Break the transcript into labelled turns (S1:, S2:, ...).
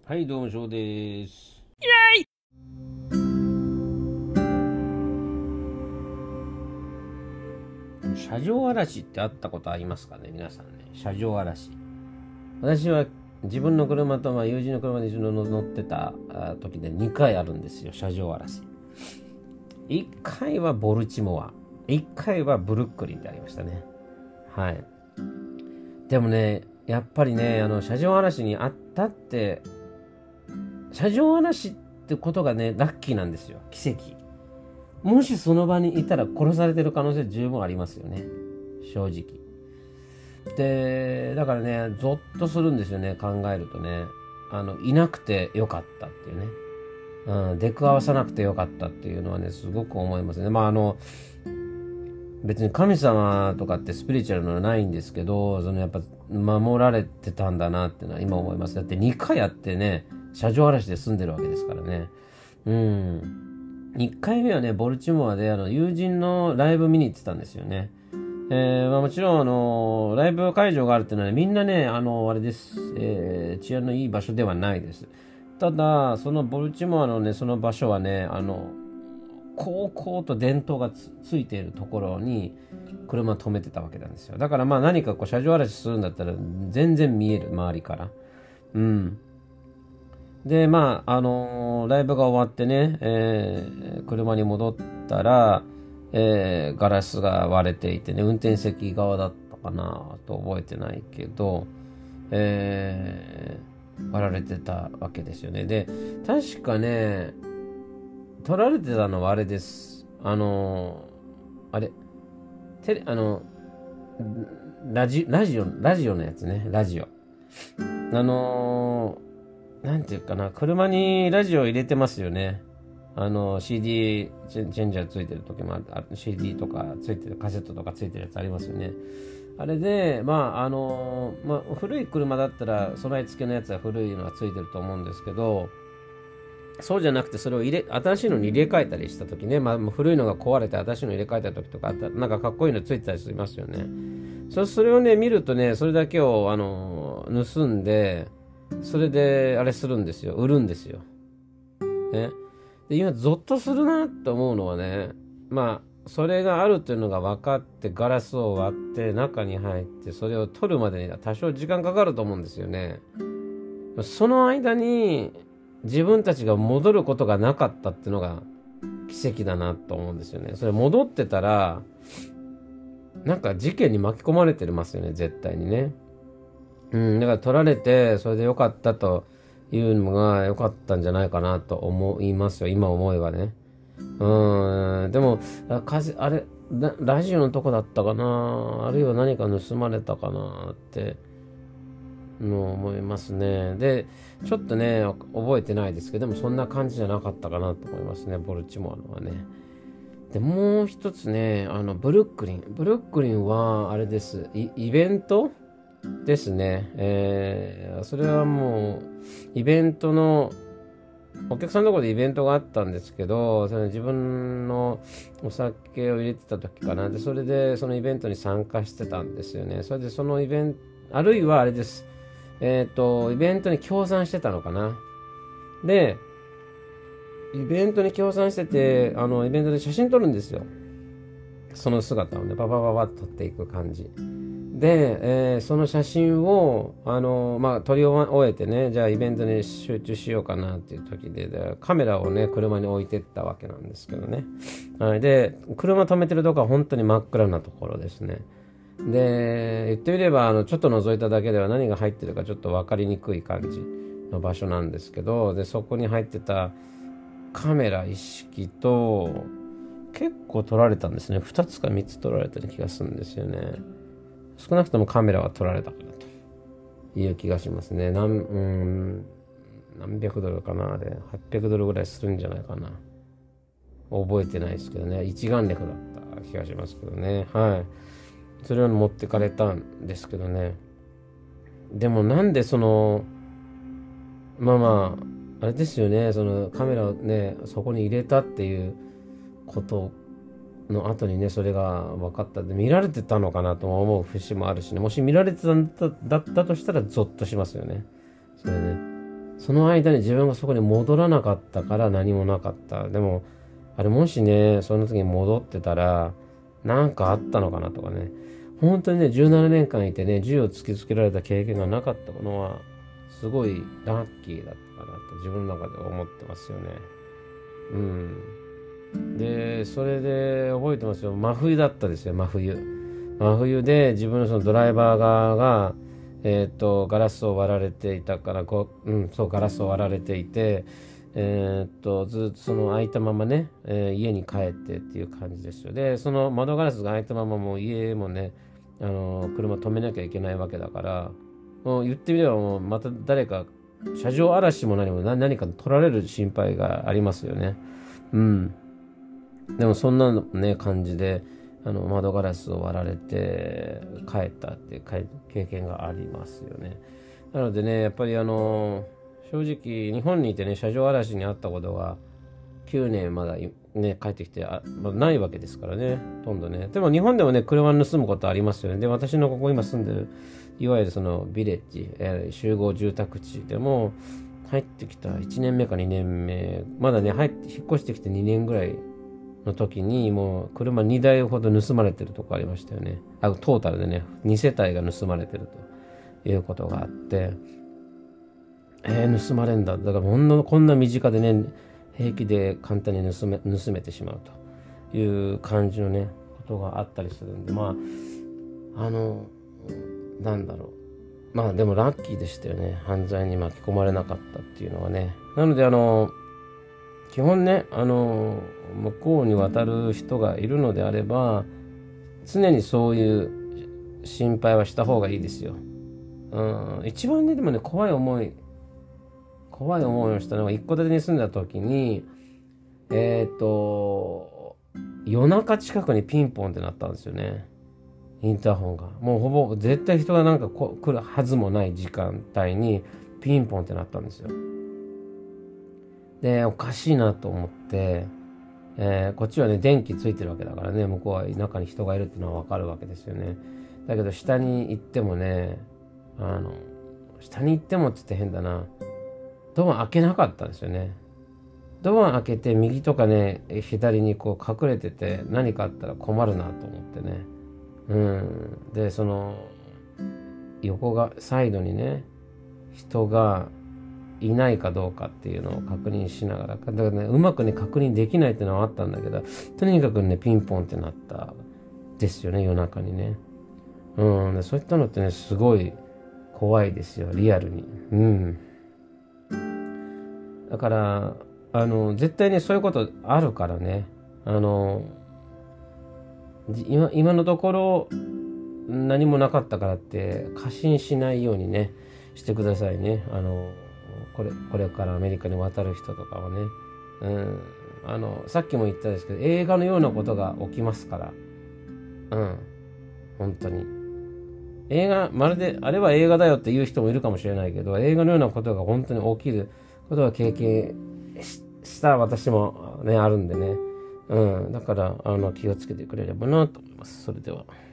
S1: はい、どうも、翔です。車上荒らしってあったことありますかね、皆さんね。車上荒らし。私は自分の車と友人の車に乗ってた時で2回あるんですよ、車上荒らし。1回はボルチモア、1回はブルックリンでありましたね。はい。でもね、やっぱりね、車上荒らしにあったって、車上荒らしってことがね、ラッキーなんですよ。奇跡。もしその場にいたら殺されてる可能性十分ありますよね。正直。で、だからね、ゾッとするんですよね、考えるとね。いなくてよかったっていうね。出くわさなくてよかったっていうのはね、すごく思いますね。別に神様とかってスピリチュアルのはないんですけど、やっぱ守られてたんだなっていうのは今思います。だって2回あってね、車上荒らしで住んでるわけですからね。1回目はね、ボルチモアで友人のライブ見に行ってたんですよね。もちろんライブ会場があるっていうのは、ね、みんなね、あれです、治安のいい場所ではないです。ただ、そのボルチモアのね、その場所はね、高々と電灯がついているところに車止めてたわけなんですよ。だから何か車上荒らしするんだったら全然見える、周りから。で、ライブが終わってね、車に戻ったら、ガラスが割れていてね、運転席側だったかなと覚えてないけど、割られてたわけですよね。で、確かね、撮られてたのはあれです。あれ、ラジオのやつね、ラジオ。なんていうかな、車にラジオ入れてますよね。CD チェンジャーついてる時もある、CD とかついてる、カセットとかついてるやつありますよね。あれで、古い車だったら備え付けのやつは古いのがついてると思うんですけど、そうじゃなくてそれを新しいのに入れ替えたりした時ね、古いのが壊れて新しいの入れ替えた時とかあったら、なんかかっこいいのついてたりしますよね。それをね、見るとね、それだけを盗んで、それであれするんですよ、売るんですよ。ね。で、今ゾッとするなと思うのはね、それがあるというのが分かってガラスを割って中に入ってそれを取るまでには多少時間かかると思うんですよね。その間に自分たちが戻ることがなかったっていうのが奇跡だなと思うんですよね。それ戻ってたらなんか事件に巻き込まれてますよね、絶対にね。だから取られてそれでよかったというのが良かったんじゃないかなと思いますよ、今思えばね。でもあれラジオのとこだったかな、あるいは何か盗まれたかなって思いますね。でちょっとね覚えてないですけど、でもそんな感じじゃなかったかなと思いますね、ボルチモアのはね。でもう一つね、ブルックリンはあれです、イベントですね。それはもうイベントのお客さんのところでイベントがあったんですけど、それ自分のお酒を入れてた時かな。で、それでそのイベントに参加してたんですよね。それでそのイベント、あるいはあれです。イベントに協賛してたのかな。で、イベントに協賛してて、イベントで写真撮るんですよ。その姿をね、ババババッと撮っていく感じ。で、その写真を撮り終えてね、じゃあイベントに集中しようかなっていう時で、カメラをね車に置いてったわけなんですけどね。で、車止めてるとこは本当に真っ暗なところですね。で、言ってみればちょっと覗いただけでは何が入ってるかちょっと分かりにくい感じの場所なんですけど、でそこに入ってたカメラ一式と結構撮られたんですね。2つか3つ撮られた気がするんですよね。少なくともカメラは撮られたかなという気がしますね。何百ドルかな、あれ800ドルぐらいするんじゃないかな、覚えてないですけどね。一眼レフだった気がしますけどね。はい、それを持ってかれたんですけどね。でもなんであれですよね、そのカメラをねそこに入れたっていうことの後にね、それが分かったで、見られてたのかなと思う節もあるしね。もし見られてたんだったとしたらゾッとしますよね。それね、 その間に自分がそこに戻らなかったから何もなかった。でも、あれもしね、その時に戻ってたら、なんかあったのかなとかね。本当にね、17年間いてね、銃を突きつけられた経験がなかったのは、すごいラッキーだったかなと自分の中で思ってますよね。で、それで覚えてますよ。真冬だったですよ、真冬。真冬で自分のそのドライバー側が、ガラスを割られていたから、ガラスを割られていて、ずっとその開いたままね、家に帰ってっていう感じですよ。で、その窓ガラスが開いたままもう家もね、車止めなきゃいけないわけだから、もう言ってみればもうまた誰か、車上荒らしも何か取られる心配がありますよね。でもそんなね、感じで、窓ガラスを割られて帰ったっていう経験がありますよね。なのでね、やっぱり正直日本にいてね、車上荒らしにあったことが9年まだね、帰ってきてないわけですからね、ほとんどね。でも日本でもね、車盗むことありますよね。で、私のここ今住んでる、いわゆるそのビレッジ、集合住宅地でも、入ってきた1年目か2年目、まだね、引っ越してきて2年ぐらいの時に、もう車2台ほど盗まれてるとこありましたよね。トータルでね、2世帯が盗まれてるということがあって、盗まれんだ。だからこんな身近でね、平気で簡単に盗めてしまうという感じのね、ことがあったりするんで、なんだろう。まあでもラッキーでしたよね。犯罪に巻き込まれなかったっていうのはね。なので基本ね、向こうに渡る人がいるのであれば、常にそういう心配はした方がいいですよ。一番ね、でもね、怖い思いをしたのが、一戸建てに住んだ時に、夜中近くにピンポンってなったんですよね。インターホンが。もうほぼ絶対人がなんか来るはずもない時間帯にピンポンってなったんですよ。で、おかしいなと思って、こっちはね、電気ついてるわけだからね、向こうは中に人がいるっていうのはわかるわけですよね。だけど下に行ってもね、下に行ってもって言って変だな。ドア開けなかったんですよね。ドア開けて右とかね、左にこう隠れてて何かあったら困るなと思ってね。で、その、サイドにね、人がいないかどうかっていうのを確認しながら、だからね、うまくね、確認できないっていうのはあったんだけど、とにかくね、ピンポンってなったですよね、夜中にね。でそういったのってね、すごい怖いですよ、リアルに。だから、絶対ね、そういうことあるからね、今のところ何もなかったからって過信しないようにねしてくださいね。これからアメリカに渡る人とかはね、さっきも言ったんですけど、映画のようなことが起きますから、本当にまるであれは映画だよって言う人もいるかもしれないけど、映画のようなことが本当に起きることは経験した私もねあるんでね。だから気をつけてくれればなと思います。それでは。